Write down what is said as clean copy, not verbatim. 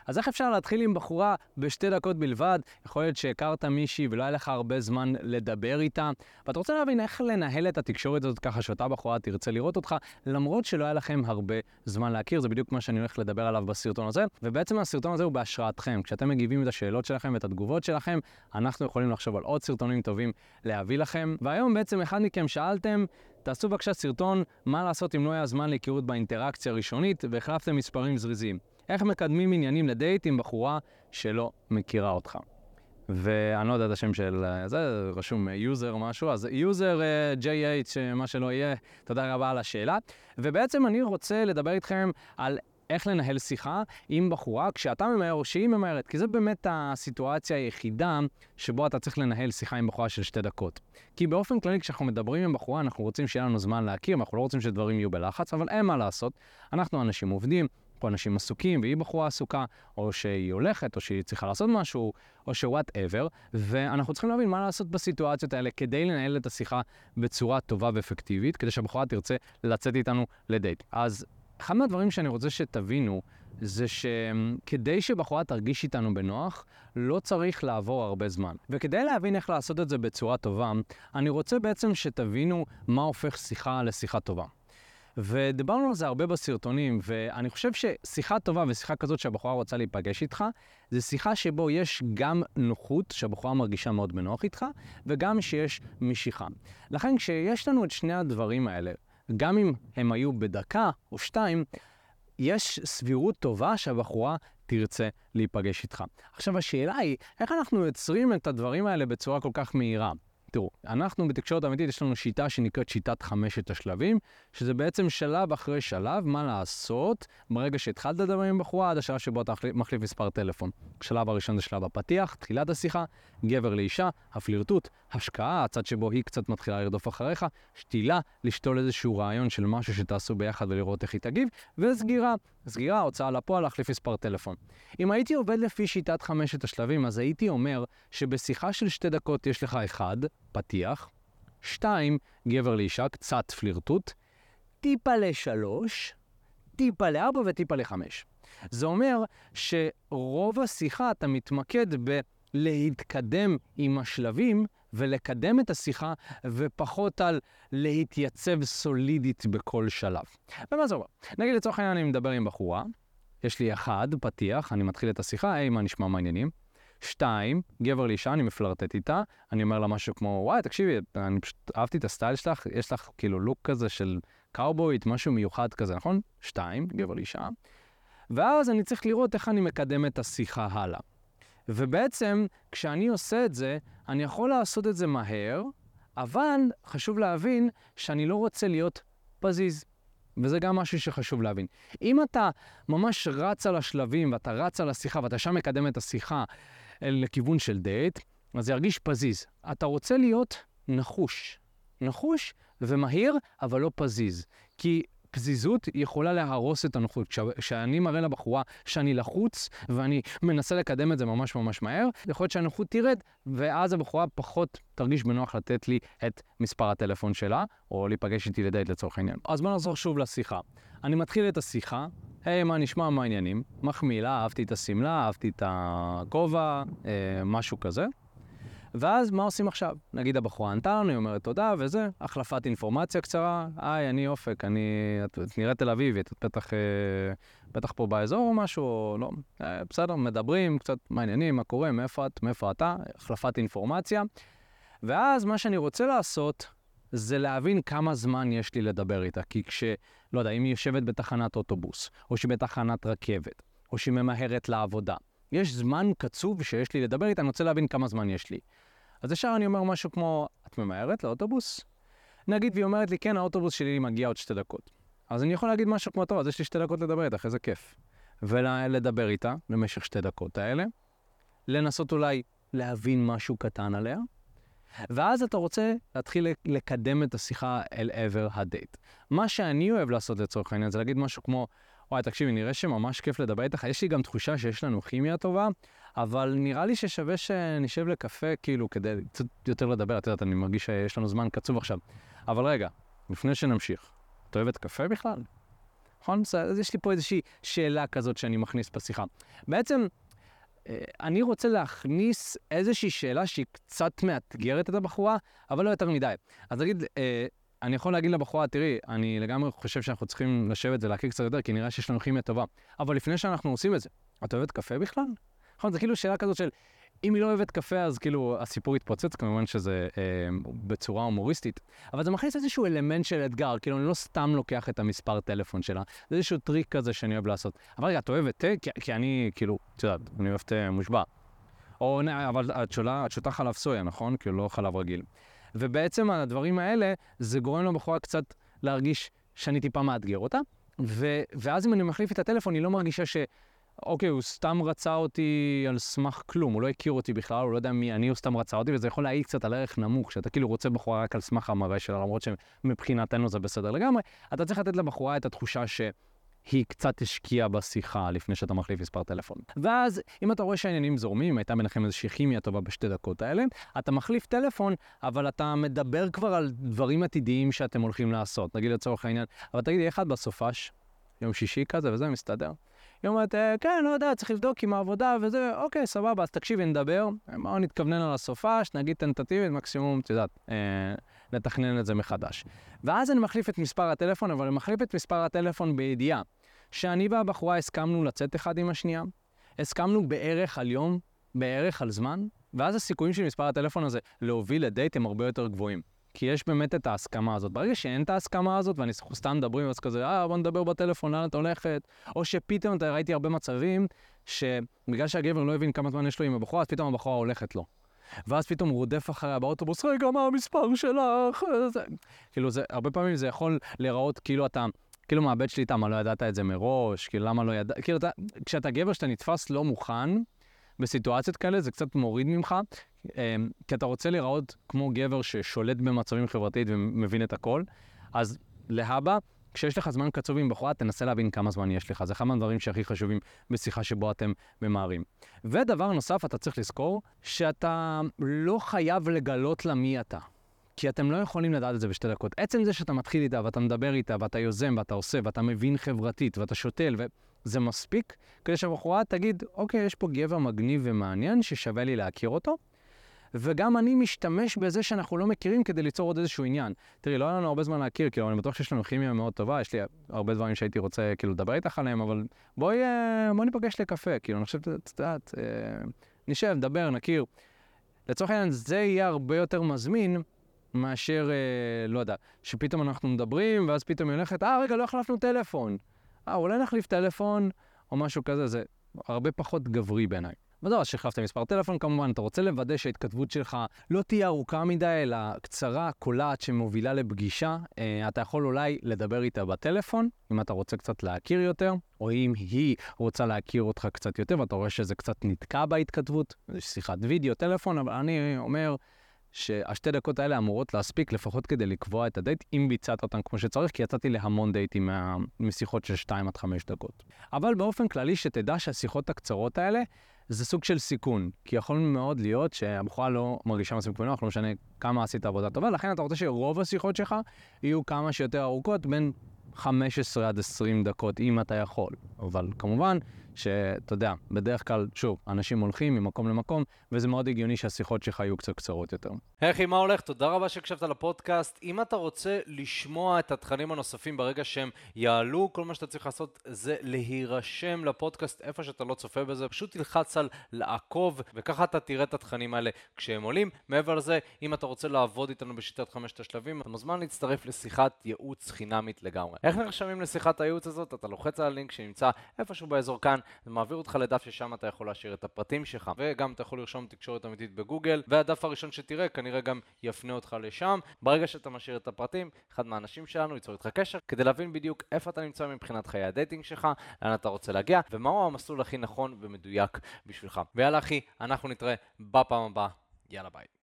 אז איך אפשר להתחיל עם בחורה בשתי דקות בלבד? יכול להיות שהכרת מישהי ולא היה לך הרבה זמן לדבר איתה, ואתה רוצה להבין איך לנהל את התקשורת הזאת ככה שאותה בחורה תרצה לראות אותך, למרות שלא היה לכם הרבה זמן להכיר. זה בדיוק מה שאני הולך לדבר עליו בסרטון הזה, ובעצם הסרטון הזה הוא בהשראתכם. כשאתם מגיבים את השאלות שלכם ואת התגובות שלכם, אנחנו יכולים לחשוב על עוד סרטונים טובים להביא לכם. והיום בעצם אחד מכם שאלתם, תעשו בבקשה סרטון מה לעשות אם לא היה זמן להיכרות באינטראקציה הראשונית והחלפתם מספרים זריזים. איך מקדמים עניינים לדייט עם בחורה שלא מכירה אותך. ואני לא יודע את השם של זה, רשום יוזר או משהו, אז יוזר JH, מה שלא יהיה, תודה רבה על השאלה. ובעצם אני רוצה לדבר איתכם על איך לנהל שיחה עם בחורה כשאתה ממהר או שהיא ממהרת, כי זה באמת הסיטואציה היחידה שבו אתה צריך לנהל שיחה עם בחורה של 2 דקות. כי באופן כללי כשאנחנו מדברים עם בחורה אנחנו רוצים שיהיה לנו זמן להכיר, אנחנו לא רוצים שדברים יהיו בלחץ, אבל אין מה לעשות, אנחנו אנשים עובדים, פה אנשים עסוקים והיא בחורה עסוקה, או שהיא הולכת, או שהיא צריכה לעשות משהו, או ש-whatever, ואנחנו צריכים להבין מה לעשות בסיטואציות האלה כדי לנהל את השיחה בצורה טובה ואפקטיבית, כדי שהבחורה תרצה לצאת איתנו לדייט. אז אחד מהדברים שאני רוצה שתבינו, זה שכדי שבחורה תרגיש איתנו בנוח, לא צריך לעבור הרבה זמן. וכדי להבין איך לעשות את זה בצורה טובה, אני רוצה בעצם שתבינו מה הופך שיחה לשיחה טובה. ודיברנו על זה הרבה בסרטונים, ואני חושב ששיחה טובה ושיחה כזאת שהבחורה רוצה להיפגש איתך, זה שיחה שבו יש גם נוחות, שהבחורה מרגישה מאוד בנוח איתך, וגם שיש משיכה. לכן כשיש לנו את שני הדברים האלה, גם אם הם היו בדקה או 2, יש סבירות טובה שהבחורה תרצה להיפגש איתך. עכשיו השאלה היא, איך אנחנו יוצרים את הדברים האלה בצורה כל כך מהירה? תראו, אנחנו בתקשורת אמיתית יש לנו שיטה שנקראת שיטת 5 השלבים, שזה בעצם שלב אחרי שלב, מה לעשות ברגע שהתחלת לדבר עם בחורה עד השלב שבו אתה מחליף מספר טלפון. השלב הראשון זה שלב הפתיח, תחילת השיחה, גבר לאישה, הפלירטוט, השקעה, הצד שבו היא קצת מתחילה לרדוף אחריך, שתילה, לשתול איזשהו רעיון של משהו שתעשו ביחד ולראות איך היא תגיב, וסגירה, הוצאה לפועל, להחליף מספר טלפון. אם הייתי עובד לפי שיטת 5 השלבים, אז הייתי אומר שבשיחה של 2 דקות יש לך 1, פתיח, 2, גבר לאישה, קצת פלירטוט, טיפה ל3, טיפה ל4 וטיפה ל5. זה אומר שרוב השיחה אתה מתמקד להתקדם עם השלבים ולקדם את השיחה ופחות על להתייצב סולידית בכל שלב. ומה זה אומר? נגיד לצורך העניין אני מדבר עם בחורה, יש לי 1, פתיח, אני מתחיל את השיחה, היי, מה נשמע מעניינים? 2, גבר לאישה, אני מפלרטט איתה, אני אומר לה משהו כמו, וואי, תקשיבי, אני פשוט אהבתי את הסטייל שלך, יש לך כאילו לוק כזה של קאובויט, משהו מיוחד כזה, נכון? 2, גבר לאישה. ואז אני צריך לראות איך אני מקדם את השיחה הלאה. ובעצם, כשאני עושה את זה, אני יכול לעשות את זה מהר, אבל חשוב להבין שאני לא רוצה להיות פזיז. וזה גם משהו שחשוב להבין. אם אתה ממש רץ על השלבים, ואתה רץ על השיחה, ואתה שם מקדם את השיחה לכיוון של דייט, אז זה ירגיש פזיז. אתה רוצה להיות נחוש ומהיר, אבל לא פזיז. כי פזיזות יכולה להרוס את הנוחות. כשאני מראה לבחורה שאני לחוץ, ואני מנסה לקדם את זה ממש ממש מהר, יכול להיות שהנוחות תירד, ואז הבחורה פחות תרגיש בנוח לתת לי את מספר הטלפון שלה, או להיפגש איתי לדייט לצורך העניין. אז בוא נחזור שוב לשיחה. אני מתחיל את השיחה, היי, מה נשמע, מה העניינים? מחמיא לה, אהבתי את הסמלה, אהבתי את הכובע, משהו כזה. ואז מה עושים עכשיו? נגיד הבחורה ענתה לנו, היא אומרת תודה, וזה, החלפת אינפורמציה קצרה, היי, אני אופק, את נראית תל אביבית, את בטח פה באזור או משהו, או לא, בסדר, מדברים, קצת מעניינים, מה קורה, מאיפה אתה, החלפת אינפורמציה. ואז מה שאני רוצה לעשות, זה להבין כמה זמן יש לי לדבר איתה, כי לא יודע, אם היא יושבת בתחנת אוטובוס, או שהיא בתחנת רכבת, או שהיא ממהרת לעבודה, יש זמן קצוב שיש לי לדבר איתה, אני רוצה להבין כמה זמן יש לי. אז ישר אני אומר משהו כמו, את ממהרת לאוטובוס? נגיד, והיא אומרת לי, כן, האוטובוס שלי מגיע עוד 2 דקות. אז אני יכול להגיד משהו כמו, טוב, אז יש לי 2 דקות לדבר איתך, איזה כיף. ולדבר איתה במשך 2 דקות האלה, לנסות אולי להבין משהו קטן עליה, ואז אתה רוצה להתחיל לקדם את השיחה אל עבר הדייט. מה שאני אוהב לעשות לצורך העניין, זה להגיד משהו כמו, וואי, תקשיבי, נראה שממש כיף לדבר איתך, יש לי גם תחושה שיש לנו כימיה טובה, אבל נראה לי ששווה שנשב לקפה, כאילו, כדי קצת יותר לדבר, את יודעת, אני מרגיש שיש לנו זמן קצוב עכשיו. אבל רגע, לפני שנמשיך, את אוהבת קפה בכלל? נכון? אז יש לי פה איזושהי שאלה כזאת שאני מכניס בשיחה. בעצם, אני רוצה להכניס איזושהי שאלה שהיא קצת מאתגרת את הבחורה, אבל לא יותר מדי. אז נגיד, אני יכול להגיד לבחורה, תראי, אני לגמרי חושב שאנחנו צריכים לשבת ולהכיר קצת יותר, כי נראה שיש לנו כימיה טובה. אבל לפני שאנחנו עושים את זה, את אוהבת קפה בכלל? נכון, זה כאילו שאלה כזאת של, אם היא לא אוהבת קפה, אז כאילו הסיפור יתפוצץ, כמובן שזה בצורה הומוריסטית. אבל זה מכניס איזשהו אלמנט של אתגר, כאילו אני לא סתם לוקח את המספר טלפון שלה, זה איזשהו טריק כזה שאני אוהב לעשות. אבל רגע, את אוהבת תה? כי אני, כאילו, את יודעת, אני אוהב תה מושבע. או, אבל את שותה חלב סויה, נכון? כאילו לא חלב רגיל. ובעצם הדברים האלה, זה גורם לבחורה קצת להרגיש שאני טיפה מאתגר אותה, ואז אם אני מחליף את הטלפון, היא לא מרגישה אוקיי, הוא סתם רצה אותי על סמך כלום, הוא לא הכיר אותי בכלל, הוא לא יודע מי אני, הוא סתם רצה אותי, וזה יכול להעיד קצת על ערך נמוך, שאתה כאילו רוצה בחורה רק על סמך המראה שלה, למרות שמבחינתנו זה בסדר לגמרי, אתה צריך לתת לבחורה את התחושה שהיא קצת השקיעה בשיחה לפני שאתה מחליף מספר טלפון. ואז, אם אתה רואה שהעניינים זורמים, הייתה ביניכם איזושהי כימיה טובה בשתי דקות האלה, אתה מחליף טלפון, אבל אתה מדבר כבר על דברים עתידיים שאתם הולכים לעשות. נגיד לצורך העניין, אבל תגידי, אחד בסופש, יום שישי כזה, וזה מסתדר. היא אומרת, כן, לא יודע, צריך לבדוק עם העבודה וזה, אוקיי, סבבה, אז תקשיבי, נדבר, בואו נתכוונן על הסופש, נגיד טנטטיבית, מקסימום, את יודעת, לתכנן את זה מחדש. ואז אני מחליף את מספר הטלפון, אבל אני מחליף את מספר הטלפון בידיעה, שאני והבחורה הסכמנו לצאת אחד עם השנייה, הסכמנו בערך על יום, בערך על זמן, ואז הסיכויים של מספר הטלפון הזה להוביל לדייט הם הרבה יותר גבוהים. כי יש באמת את ההסכמה הזאת. ברגע שאין את ההסכמה הזאת, ואני סתם מדברים, אז כזה, בוא נדבר בטלפון, לאן את הולכת? או שפתאום, ראיתי הרבה מצבים, שבגלל שהגבר לא הבין כמה זמן יש לו עם הבחורה, אז פתאום הבחורה הולכת לו. ואז פתאום הוא רודף אחריה באוטובוס, רגע, מה המספר שלך? כאילו, הרבה פעמים זה יכול להיראות כאילו אתה, כאילו מאבד שליטה, מה לא ידעת את זה מראש, כאילו למה לא ידעת, כאילו כשאתה גבר שאתה נתפס לא מוכן, בסיטואציות כאלה זה קצת מוריד ממך, כי אתה רוצה להיראות כמו גבר ששולט במצבים חברתית ומבין את הכל, אז להבא, כשיש לך זמן קצוב עם בחורה, תנסה להבין כמה זמן יש לך. זה אחד מהדברים שהכי חשובים בשיחה שבו אתם ממהרים. ודבר נוסף, אתה צריך לזכור שאתה לא חייב לגלות לה מי אתה. כי אתם לא יכולים לדעת את זה בשתי דקות. עצם זה שאתה מתחיל איתה ואתה מדבר איתה ואתה יוזם ואתה עושה ואתה מבין חברתית ואתה שותל וזה מספיק כדי שהבחורה תגיד, אוקיי, יש פה גבר מגניב ומעניין ששווה לי להכיר אותו. וגם אני משתמש בזה שאנחנו לא מכירים כדי ליצור עוד איזשהו עניין. תראי, לא היה לנו הרבה זמן להכיר, כאילו, אני בטוח שיש לנו כימיה מאוד טובה, יש לי הרבה דברים שהייתי רוצה, כאילו, לדבר איתך עליהם, אבל בואי ניפגש לקפה, כאילו, אני חושב, את יודעת, נשב, נדבר, נכיר. לצורך העניין, זה יהיה הרבה יותר מזמין, מאשר, לא יודע, שפתאום אנחנו מדברים, ואז פתאום היא הולכת, רגע, לא החלפנו טלפון. אולי נחליף טלפון, או משהו כזה, זה הרבה פחות גברי בעיניי. וזהו, אז שהחלפת מספר טלפון, כמובן, אתה רוצה לוודא שההתכתבות שלך לא תהיה ארוכה מדי, אלא קצרה, קולעת שמובילה לפגישה. אתה יכול אולי לדבר איתה בטלפון, אם אתה רוצה קצת להכיר יותר, או אם היא רוצה להכיר אותך קצת יותר, ואתה רואה שזה קצת נתקע בהתכתבות, זה שיחת וידאו, טלפון, אבל אני אומר שהשתי דקות האלה אמורות להספיק לפחות כדי לקבוע את הדייט, אם ביצעת אותם כמו שצריך, כי יצאתי להמון דייטים משיחות של 2 עד 5 דקות. אבל באופן כללי שתדע שהשיחות הקצרות האלה, זה סוג של סיכון, כי יכול מאוד להיות שהבחורה לא מרגישה מספיק בנוח, לא משנה כמה עשית עבודה טובה, לכן אתה רוצה שרוב השיחות שלך יהיו כמה שיותר ארוכות, בין 15 עד 20 דקות, אם אתה יכול. אבל כמובן שאתה יודע, בדרך כלל, שוב, אנשים הולכים ממקום למקום, וזה מאוד הגיוני שהשיחות שלך יהיו קצת קצרות יותר. אחי, מה הולך? תודה רבה שהקשבת לפודקאסט. אם אתה רוצה לשמוע את התכנים הנוספים ברגע שהם יעלו, כל מה שאתה צריך לעשות זה להירשם לפודקאסט איפה שאתה לא צופה בזה. פשוט תלחץ על לעקוב, וככה אתה תראה את התכנים האלה כשהם עולים. מעבר לזה, אם אתה רוצה לעבוד איתנו בשיטת 5 השלבים, אתה מוזמן להצטרף לשיחת ייעוץ חינמית לגמרי. איך נרשמים לשיחת הייעוץ הזאת? אתה לוחץ על הלינק שנמצא איפשהו באזור כאן, זה מעביר אותך לדף ששם אתה יכול להשאיר את הפרטים שלך, וגם אתה יכול לרשום תקשורת אמיתית בגוגל, והדף הראשון שתראה כנראה גם יפנה אותך לשם. ברגע שאתה משאיר את הפרטים, אחד מהאנשים שלנו ייצור איתך קשר, כדי להבין בדיוק איפה אתה נמצא מבחינת חיי הדייטינג שלך, לאן אתה רוצה להגיע, ומהו המסלול הכי נכון ומדויק בשבילך. ויאללה אחי, אנחנו נתראה בפעם הבאה. יאללה ביי.